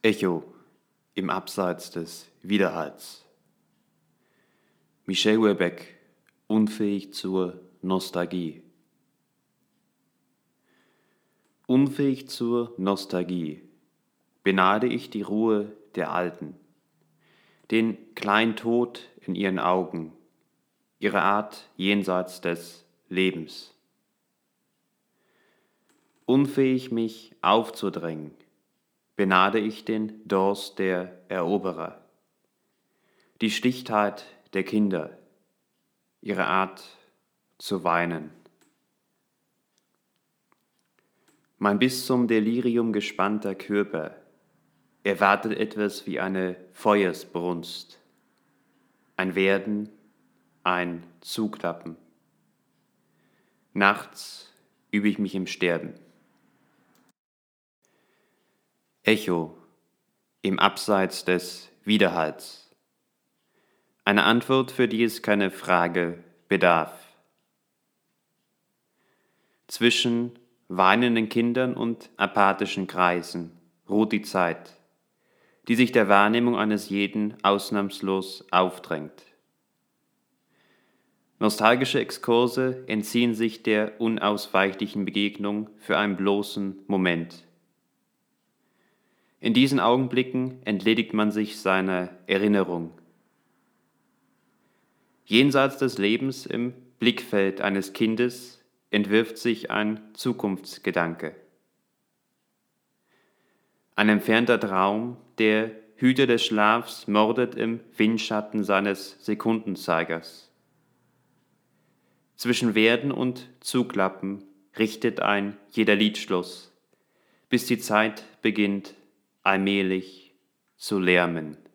Echo im Abseits des Widerhalls. Michel Houellebecq, unfähig zur Nostalgie. Unfähig zur Nostalgie beneide ich die Ruhe der Alten, den kleinen Tod in ihren Augen, ihre Art jenseits des Lebens. Unfähig, mich aufzudrängen, beneide ich den Durst der Eroberer, die Schlichtheit der Kinder, ihre Art zu weinen. Mein bis zum Delirium gespannter Körper erwartet etwas wie eine Feuersbrunst, ein Werden, ein Zuklappen. Nachts übe ich mich im Sterben. Echo im Abseits des Widerhalls. Eine Antwort, für die es keine Frage bedarf. Zwischen weinenden Kindern und apathischen Kreisen ruht die Zeit, die sich der Wahrnehmung eines jeden ausnahmslos aufdrängt. Nostalgische Exkurse entziehen sich der unausweichlichen Begegnung für einen bloßen Moment. In diesen Augenblicken entledigt man sich seiner Erinnerung. Jenseits des Lebens im Blickfeld eines Kindes entwirft sich ein Zukunftsgedanke. Ein entfernter Traum, der Hüter des Schlafs mordet im Windschatten seines Sekundenzeigers. Zwischen Werden und Zuklappen richtet ein jeder Liedschluss, bis die Zeit beginnt allmählich zu lärmen.